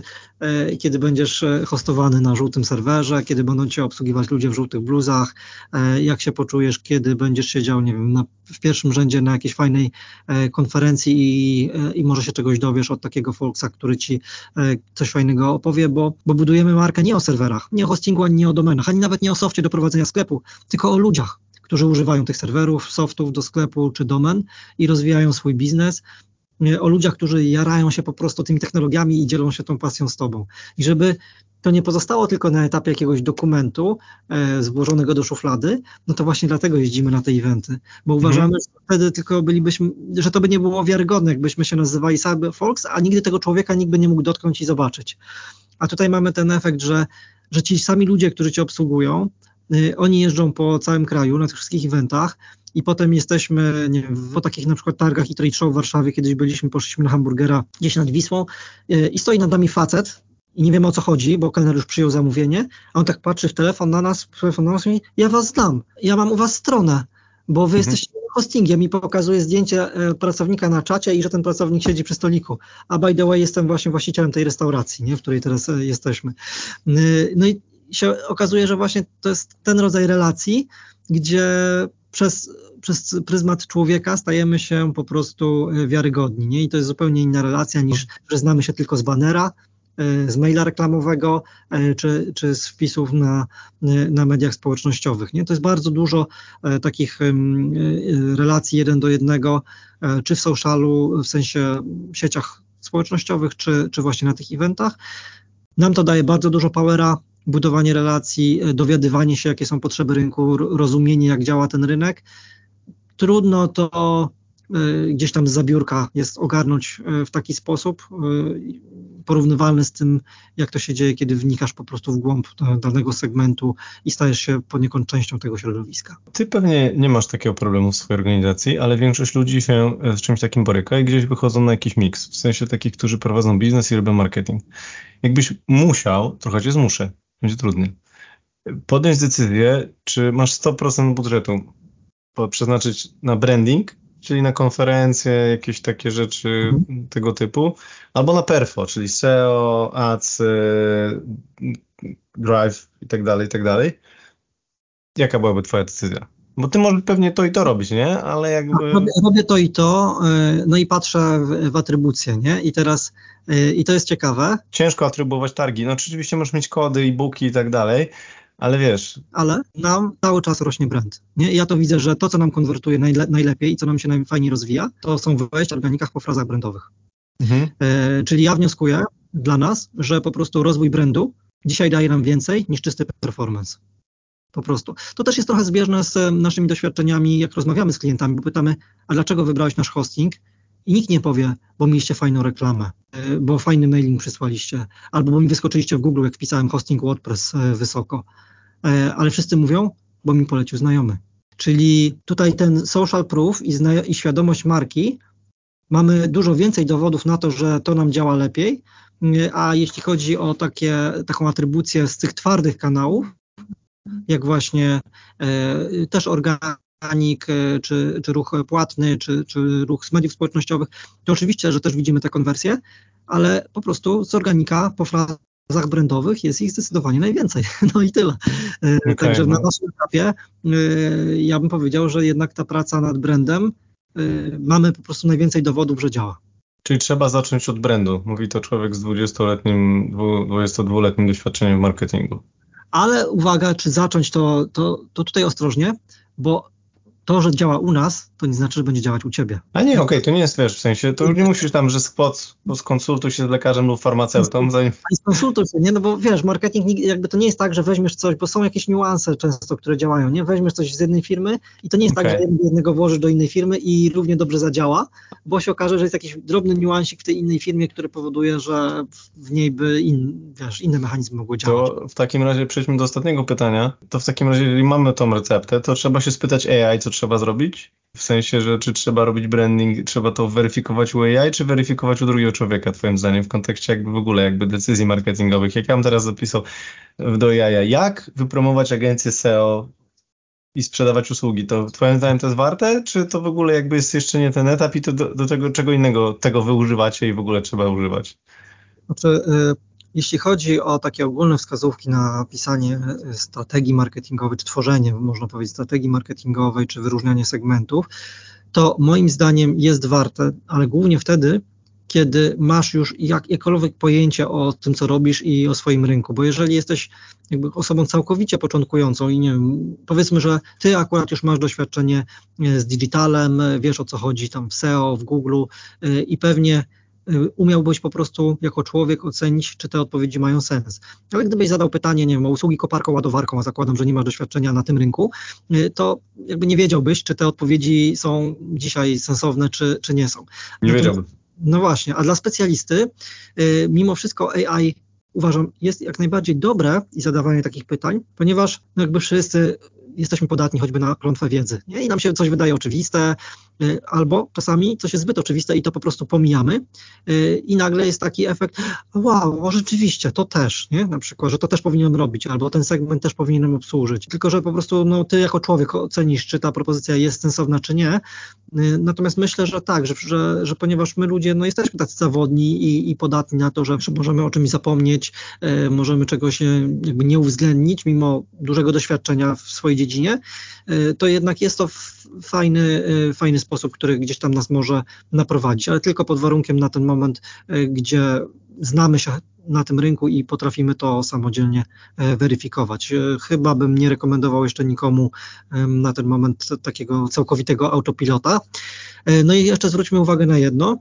kiedy będziesz hostowany na żółtym serwerze, kiedy będą cię obsługiwać ludzie w żółtych bluzach, jak się poczujesz, kiedy będziesz siedział, nie wiem, w pierwszym rzędzie na jakiejś fajnej konferencji i może się czegoś dowiesz od takiego Foxa, który ci coś fajnego opowie, bo budujemy markę nie o serwerach, nie o hostingu, ani nie o domenach, ani nawet nie o softie do prowadzenia sklepu, tylko o ludziach, którzy używają tych serwerów, softów do sklepu czy domen i rozwijają swój biznes, o ludziach, którzy jarają się po prostu tymi technologiami i dzielą się tą pasją z tobą. I żeby to nie pozostało tylko na etapie jakiegoś dokumentu włożonego do szuflady, no to właśnie dlatego jeździmy na te eventy, bo uważamy, że wtedy tylko że to by nie było wiarygodne, jakbyśmy się nazywali CyberFox, a nigdy tego człowieka nikt by nie mógł dotknąć i zobaczyć. A tutaj mamy ten efekt, że ci sami ludzie, którzy cię obsługują, oni jeżdżą po całym kraju na tych wszystkich eventach i potem jesteśmy, nie wiem, po takich na przykład targach i trade show w Warszawie, kiedyś poszliśmy na hamburgera gdzieś nad Wisłą i stoi nad nami facet i nie wiemy o co chodzi, bo kelner już przyjął zamówienie, a on tak patrzy w telefon na nas i mówi, ja was znam, ja mam u was stronę, bo wy jesteście hostingiem i pokazuje zdjęcie pracownika na czacie i że ten pracownik siedzi przy stoliku. A by the way, jestem właśnie właścicielem tej restauracji, nie, w której teraz jesteśmy. No i się okazuje, że właśnie to jest ten rodzaj relacji, gdzie przez pryzmat człowieka stajemy się po prostu wiarygodni, nie? I to jest zupełnie inna relacja niż, że znamy się tylko z banera, z maila reklamowego, czy z wpisów na mediach społecznościowych. Nie? To jest bardzo dużo takich relacji 1 do 1, czy w socialu, w sensie sieciach społecznościowych, czy właśnie na tych eventach. Nam to daje bardzo dużo powera, budowanie relacji, dowiadywanie się, jakie są potrzeby rynku, rozumienie, jak działa ten rynek. Trudno to gdzieś tam zza biurka jest ogarnąć w taki sposób porównywalny z tym, jak to się dzieje, kiedy wnikasz po prostu w głąb danego segmentu i stajesz się poniekąd częścią tego środowiska. Ty pewnie nie masz takiego problemu w swojej organizacji, ale większość ludzi się z czymś takim boryka i gdzieś wychodzą na jakiś miks, w sensie takich, którzy prowadzą biznes i robią marketing. Jakbyś musiał, trochę cię zmuszę, będzie trudny, podjąć decyzję, czy masz 100% budżetu przeznaczyć na branding, czyli na konferencje, jakieś takie rzeczy tego typu, albo na perfo, czyli SEO, ads, drive i tak dalej. Jaka byłaby twoja decyzja? Bo ty możesz pewnie to i to robić, nie? Ale jakby... Robię to i to, no i patrzę w atrybucję, nie? I teraz, i to jest ciekawe. Ciężko atrybuować targi. No oczywiście możesz mieć kody, e-booki i tak dalej, ale wiesz... Ale nam cały czas rośnie brand, nie? I ja to widzę, że to, co nam konwertuje najlepiej i co nam się najfajniej rozwija, to są wejścia w organikach po frazach brandowych. Czyli ja wnioskuję dla nas, że po prostu rozwój brandu dzisiaj daje nam więcej niż czysty performance. Po prostu. To też jest trochę zbieżne z naszymi doświadczeniami, jak rozmawiamy z klientami, bo pytamy, a dlaczego wybrałeś nasz hosting? I nikt nie powie, bo mieliście fajną reklamę, bo fajny mailing przysłaliście, albo bo mi wyskoczyliście w Google, jak wpisałem hosting WordPress wysoko. Ale wszyscy mówią, bo mi polecił znajomy. Czyli tutaj ten social proof i świadomość marki, mamy dużo więcej dowodów na to, że to nam działa lepiej, a jeśli chodzi o taką atrybucję z tych twardych kanałów, jak właśnie też organik, czy ruch płatny, czy ruch z mediów społecznościowych, to oczywiście, że też widzimy te konwersje, ale po prostu z organika po frazach brandowych jest ich zdecydowanie najwięcej. No i tyle. Także na naszym etapie ja bym powiedział, że jednak ta praca nad brandem, mamy po prostu najwięcej dowodów, że działa. Czyli trzeba zacząć od brandu. Mówi to człowiek z 22-letnim doświadczeniem w marketingu. Ale uwaga, czy zacząć to tutaj ostrożnie, bo to, że działa u nas, to nie znaczy, że będzie działać u ciebie. A nie, okej, to nie jest, wiesz, w sensie, to już nie musisz tam, że skonsultuj się z lekarzem lub farmaceutą. Skonsultuj się, nie, no bo wiesz, marketing jakby to nie jest tak, że weźmiesz coś, bo są jakieś niuanse często, które działają, nie? Weźmiesz coś z jednej firmy i to nie jest tak, że jednego włożysz do innej firmy i równie dobrze zadziała, bo się okaże, że jest jakiś drobny niuansik w tej innej firmie, który powoduje, że w niej by inne mechanizmy mogły działać. To w takim razie przejdźmy do ostatniego pytania. To w takim razie, jeżeli mamy tą receptę, to trzeba się spytać AI, co trzeba zrobić? W sensie, że czy trzeba robić branding, trzeba to weryfikować u AI, czy weryfikować u drugiego człowieka, twoim zdaniem, w kontekście jakby w ogóle jakby decyzji marketingowych? Jak ja bym teraz zapisał do AI, jak wypromować agencję SEO i sprzedawać usługi, to twoim zdaniem to jest warte, czy to w ogóle jakby jest jeszcze nie ten etap i to do tego czego innego tego wy używacie i w ogóle trzeba używać? Znaczy, jeśli chodzi o takie ogólne wskazówki na pisanie strategii marketingowej, czy tworzenie, można powiedzieć, strategii marketingowej, czy wyróżnianie segmentów, to moim zdaniem jest warte, ale głównie wtedy, kiedy masz już jakiekolwiek pojęcie o tym, co robisz i o swoim rynku, bo jeżeli jesteś jakby osobą całkowicie początkującą i nie wiem, powiedzmy, że ty akurat już masz doświadczenie z digitalem, wiesz o co chodzi tam w SEO, w Google i pewnie umiałbyś po prostu jako człowiek ocenić, czy te odpowiedzi mają sens. Ale gdybyś zadał pytanie, nie wiem, o usługi koparką, ładowarką, a zakładam, że nie masz doświadczenia na tym rynku, to jakby nie wiedziałbyś, czy te odpowiedzi są dzisiaj sensowne, czy nie są. Nie wiedziałbym. No właśnie, a dla specjalisty mimo wszystko AI uważam jest jak najbardziej dobre i zadawanie takich pytań, ponieważ jakby wszyscy jesteśmy podatni choćby na klątwę wiedzy, nie? I nam się coś wydaje oczywiste, albo czasami coś jest zbyt oczywiste i to po prostu pomijamy i nagle jest taki efekt, wow, rzeczywiście, to też, nie? Na przykład, że to też powinienem robić, albo ten segment też powinienem obsłużyć. Tylko że po prostu ty jako człowiek ocenisz, czy ta propozycja jest sensowna, czy nie. Natomiast myślę, że tak, że ponieważ my ludzie jesteśmy tacy zawodni i podatni na to, że możemy o czymś zapomnieć, możemy czegoś jakby nie uwzględnić mimo dużego doświadczenia w swojej dziedzinie, to jednak jest to fajny sposób, który gdzieś tam nas może naprowadzić, ale tylko pod warunkiem na ten moment, gdzie znamy się na tym rynku i potrafimy to samodzielnie weryfikować. Chyba bym nie rekomendował jeszcze nikomu na ten moment takiego całkowitego autopilota. No i jeszcze zwróćmy uwagę na jedno,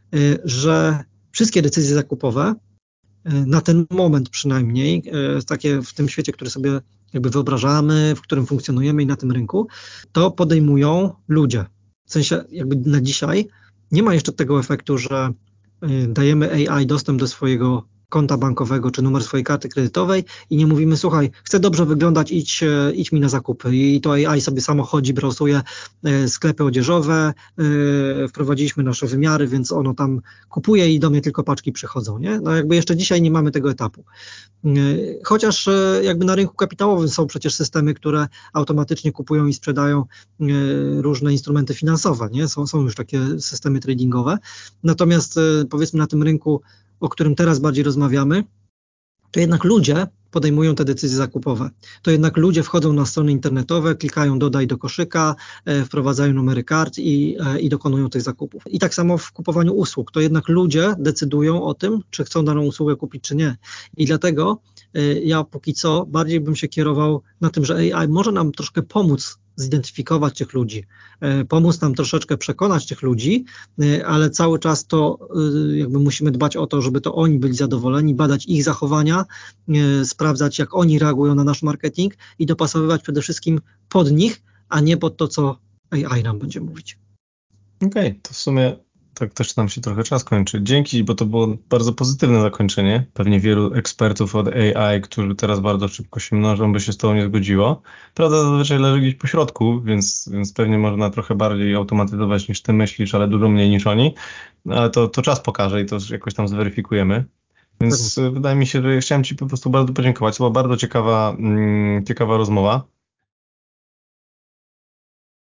że wszystkie decyzje zakupowe, na ten moment przynajmniej, takie w tym świecie, który sobie jakby wyobrażamy, w którym funkcjonujemy i na tym rynku, to podejmują ludzie. W sensie jakby na dzisiaj nie ma jeszcze tego efektu, że dajemy AI dostęp do swojego konta bankowego czy numer swojej karty kredytowej i nie mówimy, słuchaj, chcę dobrze wyglądać, idź mi na zakupy. I to AI sobie samo chodzi, browsuje sklepy odzieżowe, wprowadziliśmy nasze wymiary, więc ono tam kupuje i do mnie tylko paczki przychodzą, nie? No jakby jeszcze dzisiaj nie mamy tego etapu. Chociaż jakby na rynku kapitałowym są przecież systemy, które automatycznie kupują i sprzedają różne instrumenty finansowe, nie? Są już takie systemy tradingowe. Natomiast powiedzmy na tym rynku, o którym teraz bardziej rozmawiamy, to jednak ludzie podejmują te decyzje zakupowe. To jednak ludzie wchodzą na strony internetowe, klikają dodaj do koszyka, wprowadzają numery kart i dokonują tych zakupów. I tak samo w kupowaniu usług. To jednak ludzie decydują o tym, czy chcą daną usługę kupić, czy nie. I dlatego ja póki co bardziej bym się kierował na tym, że AI może nam troszkę pomóc zidentyfikować tych ludzi, pomóc nam troszeczkę przekonać tych ludzi, ale cały czas to jakby musimy dbać o to, żeby to oni byli zadowoleni, badać ich zachowania, sprawdzać jak oni reagują na nasz marketing i dopasowywać przede wszystkim pod nich, a nie pod to, co AI nam będzie mówić. Okej, to w sumie tak też nam się trochę czas kończy. Dzięki, bo to było bardzo pozytywne zakończenie. Pewnie wielu ekspertów od AI, którzy teraz bardzo szybko się mnożą, by się z tobą nie zgodziło. Prawda zazwyczaj leży gdzieś po środku, więc pewnie można trochę bardziej automatyzować niż ty myślisz, ale dużo mniej niż oni. Ale to czas pokaże i to jakoś tam zweryfikujemy. Więc wydaje mi się, że chciałem ci po prostu bardzo podziękować. To była bardzo ciekawa rozmowa.